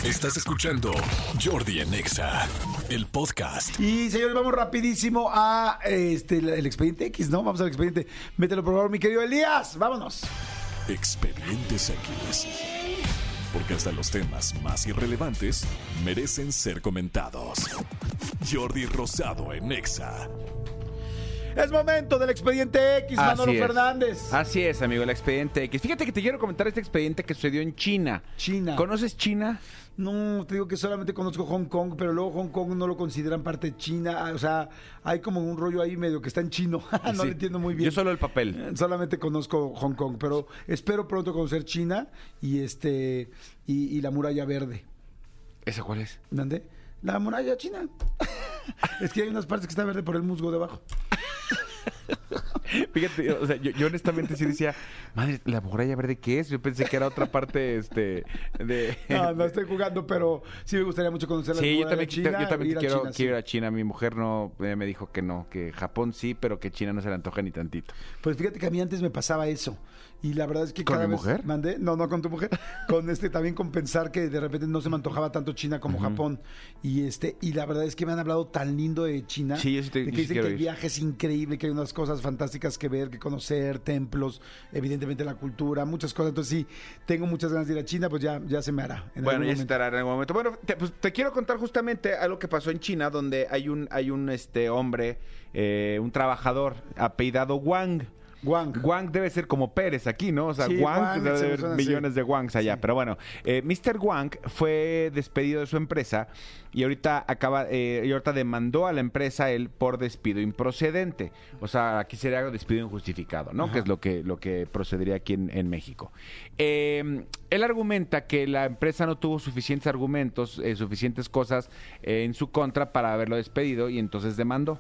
Estás escuchando Jordi en Exa, el podcast. Y señores, vamos rapidísimo a el expediente X, ¿no? Vamos al expediente. Mételo por favor, mi querido Elías. Vámonos. Expedientes X. Porque hasta los temas más irrelevantes merecen ser comentados. Jordi Rosado en Exa. Es momento del expediente X, Manolo Fernández. Así es, amigo, el expediente X. Fíjate que te quiero comentar este expediente que sucedió en China. China. ¿Conoces China? No, te digo que solamente conozco Hong Kong, pero luego Hong Kong no lo consideran parte de China. O sea, hay como un rollo ahí medio que está en chino. No Sí. lo entiendo muy bien. Yo solo el papel. Solamente conozco Hong Kong, pero espero pronto conocer China y la muralla verde. ¿Esa cuál es? ¿Dónde? La muralla china. Es que hay unas partes que está verde por el musgo de abajo. Fíjate, o sea, yo honestamente sí decía, madre, ¿la muralla verde qué es? Yo pensé que era otra parte, de... No estoy jugando, pero sí me gustaría mucho conocer la Sí, yo muralla también, china. yo también ir a quiero, China, quiero ir a China. Mi mujer no me dijo que no, que Japón sí, pero que China no se le antoja ni tantito. Pues fíjate que a mí antes me pasaba eso. Y la verdad es que ¿Con cada mi vez mujer? mandé, no con tu mujer, también con pensar que de repente no se me antojaba tanto China como Japón. Y la verdad es que me han hablado tan lindo de China. Sí, yo sí de que dicen que quiero el ir. viaje es increíble, que hay unas cosas fantásticas que ver, que conocer, templos, evidentemente la cultura, muchas cosas. Entonces sí, tengo muchas ganas de ir a China, pues ya se me hará. Bueno, algún ya se momento. te hará en algún momento. Bueno, te quiero contar justamente algo que pasó en China, donde hay un hombre, un trabajador apellidado Wang. Wang debe ser como Pérez aquí, ¿no? O sea, Sí, Wang Wang, debe se haber suena millones así. de Wangs allá. Sí. Pero bueno, Mr. Wang fue despedido de su empresa y ahorita demandó a la empresa él por despido improcedente. O sea, aquí sería despido injustificado, ¿no? Ajá. Que es lo que procedería aquí en México. Él argumenta que la empresa no tuvo suficientes argumentos, suficientes cosas en su contra para haberlo despedido y entonces demandó.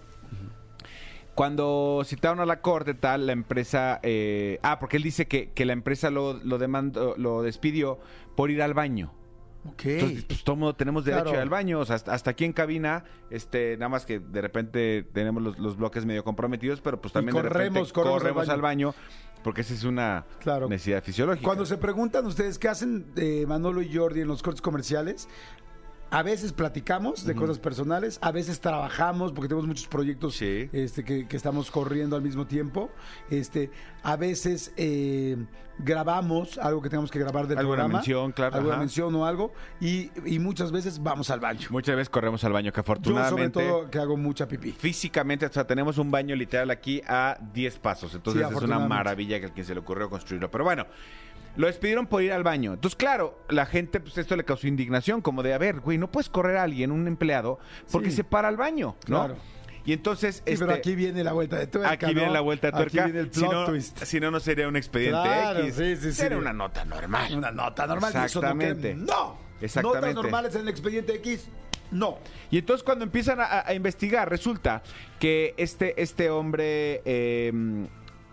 Cuando citaron a la corte, la empresa... porque él dice que la empresa lo demandó, lo despidió por ir al baño. Ok. Entonces, pues todo el mundo tenemos derecho Claro. a ir al baño. O sea, hasta aquí en cabina, nada más que de repente tenemos los bloques medio comprometidos, pero pues también de repente corremos al baño, porque esa es una Claro. necesidad fisiológica. Cuando se preguntan ustedes qué hacen Manolo y Jordi en los cortes comerciales, a veces platicamos de cosas personales, a veces trabajamos porque tenemos muchos proyectos Sí. que estamos corriendo al mismo tiempo. A veces grabamos algo que tenemos que grabar del Alguna programa. mención, claro, Alguna ajá. mención o algo. Y muchas veces vamos al baño. Muchas veces corremos al baño, que Yo sobre afortunadamente... todo que hago mucha pipí. Físicamente, o sea, tenemos un baño literal aquí a 10 pasos. Entonces Sí, es una afortunadamente. maravilla que a quien se le ocurrió construirlo. Pero bueno, lo despidieron por ir al baño. Entonces, claro, la gente, pues esto le causó indignación, como de, a ver, güey, no puedes correr a alguien, un empleado, porque Sí. se para al baño, ¿no? Claro. Y entonces, Sí, pero aquí viene la vuelta de tuerca. aquí viene ¿no? la vuelta de tuerca. Aquí viene el Si plot no, twist. si no, no sería un expediente Claro, X. sí, sí, sí. Sería una nota normal. Una nota normal. y eso no Exactamente. queremos. No. Exactamente. Notas normales en el expediente X. No. Y entonces cuando empiezan a investigar, resulta que este hombre, él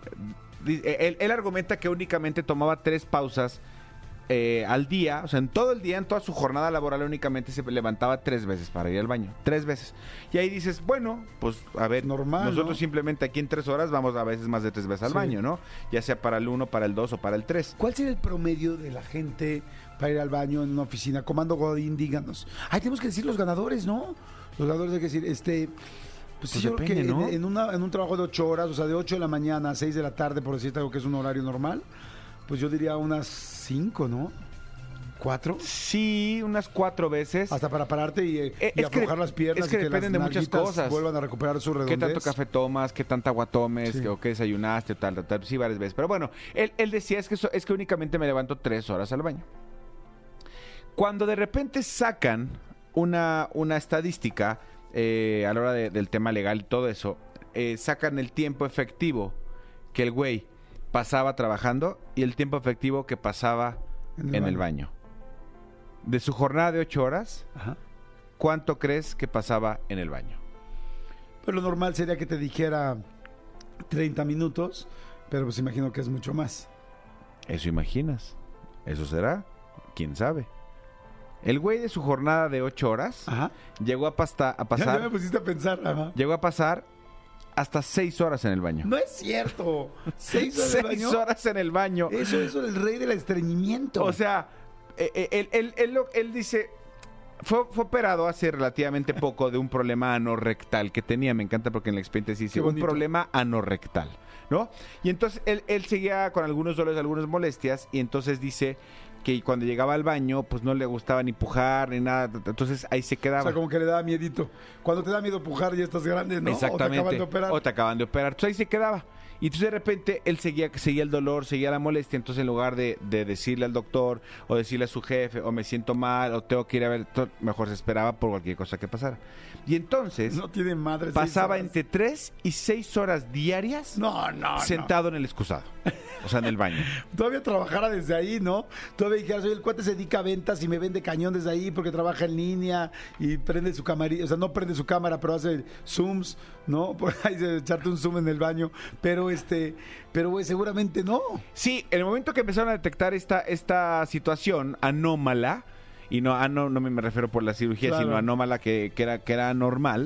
argumenta que únicamente tomaba 3 pausas al día, o sea, en todo el día, en toda su jornada laboral únicamente se levantaba 3 veces para ir al baño, 3 veces. Y ahí dices, bueno, pues a ver, Normal, nosotros ¿no? simplemente aquí en 3 horas vamos a veces más de 3 veces al Sí. baño, ¿no? Ya sea para el 1, para el 2 o para el 3. ¿Cuál sería el promedio de la gente para ir al baño en una oficina? Comando Godín, díganos. Ay, tenemos que decir los ganadores, ¿no? Los ganadores hay que decir, pues sí, Pues yo depende, creo que ¿no? en un trabajo de 8 horas, o sea, de 8 de la mañana a 6 de la tarde, por decirte algo que es un horario normal, pues yo diría unas 5, ¿no? 4. Sí, unas 4 veces. Hasta para pararte y es que aflojar las piernas es que y que dependen las de muchas nalguitas cosas. vuelvan a recuperar su ¿Qué redondez. tanto café tomas? ¿Qué tanta agua tomes? Sí. ¿O qué desayunaste? Tal. Sí, varias veces. Pero bueno, él decía es que únicamente me levanto 3 horas al baño. Cuando de repente sacan una estadística a la hora del tema legal y todo eso, sacan el tiempo efectivo que el güey pasaba trabajando y el tiempo efectivo que pasaba en el baño. De su jornada de 8 horas, Ajá. ¿cuánto crees que pasaba en el baño? Pues lo normal sería que te dijera 30 minutos, pero pues imagino que es mucho más. ¿Eso imaginas? ¿Eso será? ¿Quién sabe? El güey de su jornada de 8 horas Ajá. llegó a Ya me pasar pusiste a pensar, ajá. llegó a pasar hasta 6 horas en el baño. No es cierto. 6 horas de 6 baño. horas en el baño. Eso es el rey del estreñimiento. O sea, él dice, fue operado hace relativamente poco de un problema anorrectal que tenía. Me encanta porque en el expediente sí dice un problema anorrectal, ¿no? Y entonces él seguía con algunos dolores, algunas molestias, y entonces dice que cuando llegaba al baño, pues no le gustaba ni pujar ni nada, entonces ahí se quedaba. O sea, como que le daba miedito. Cuando te da miedo pujar ya estás grande, ¿no? Exactamente. O te acaban de operar. O te acaban de operar. Entonces ahí se quedaba. Y entonces de repente él seguía el dolor, seguía la molestia. Entonces en lugar de decirle al doctor o decirle a su jefe, o me siento mal, o tengo que ir a ver, mejor se esperaba por cualquier cosa que pasara. Y entonces no tiene madre, pasaba entre 3 y 6 horas diarias sentado en el excusado. O sea, en el baño. Todavía trabajara desde ahí, ¿no? Todavía dijeras, oye, el cuate se dedica a ventas y me vende cañón desde ahí porque trabaja en línea y prende su camarilla, o sea, no prende su cámara, pero hace zooms, ¿no? Por ahí de echarte un zoom en el baño. Pero güey, seguramente no. Sí, en el momento que empezaron a detectar esta situación anómala, y no me refiero por la cirugía, claro, sino anómala que era anormal,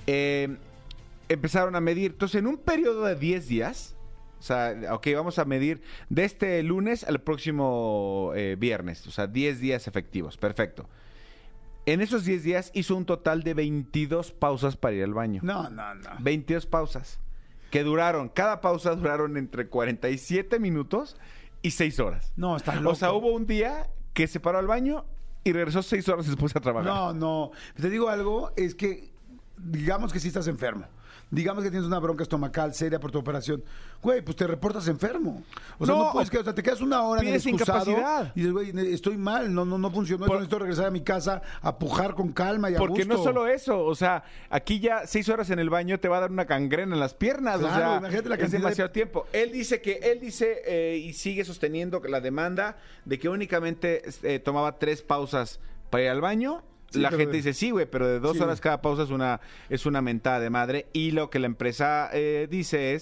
empezaron a medir. Entonces, en un periodo de 10 días, o sea, ok, vamos a medir de este lunes al próximo viernes, o sea, 10 días efectivos, perfecto. En esos 10 días hizo un total de 22 pausas para ir al baño. No. 22 pausas. Que cada pausa duraron entre 47 minutos y 6 horas. No, está loco. O sea, hubo un día que se paró al baño y regresó 6 horas después a trabajar. No. Te digo algo, es que digamos que sí estás enfermo. Digamos que tienes una bronca estomacal seria por tu operación. Güey, pues te reportas enfermo. O sea, no puedes, o sea, te quedas una hora en el excusado y dices, güey, estoy mal, no funcionó, necesito regresar a mi casa a pujar con calma y a porque gusto. No solo eso, o sea, aquí ya 6 horas en el baño te va a dar una gangrena en las piernas. Claro, o sea, imagínate la es demasiado tiempo. Él dice y sigue sosteniendo la demanda de que únicamente tomaba 3 pausas para ir al baño. Sí, la gente dice, sí, güey, pero de 2 horas cada pausa es una mentada de madre. Y lo que la empresa dice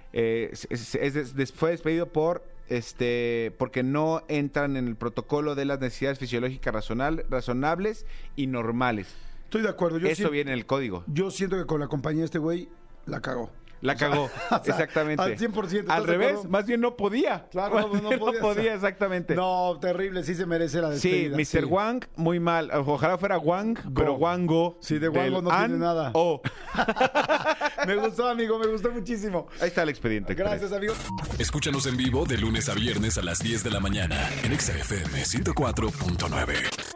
fue despedido porque no entran en el protocolo de las necesidades fisiológicas razonables y normales. Estoy de acuerdo. Eso viene en el código. Yo siento que con la compañía de este güey la cagó. La cagó, exactamente. Al 100%. Al revés, más bien no podía. Claro, no podía, exactamente. No, terrible, sí se merece la despedida. Sí, Mr. Wang, muy mal. Ojalá fuera Wang, pero Wango. Sí, de Wango no tiene nada. Me gustó, amigo, me gustó muchísimo. Ahí está el expediente. Gracias, amigo. Escúchanos en vivo de lunes a viernes a las 10 de la mañana en XFM 104.9.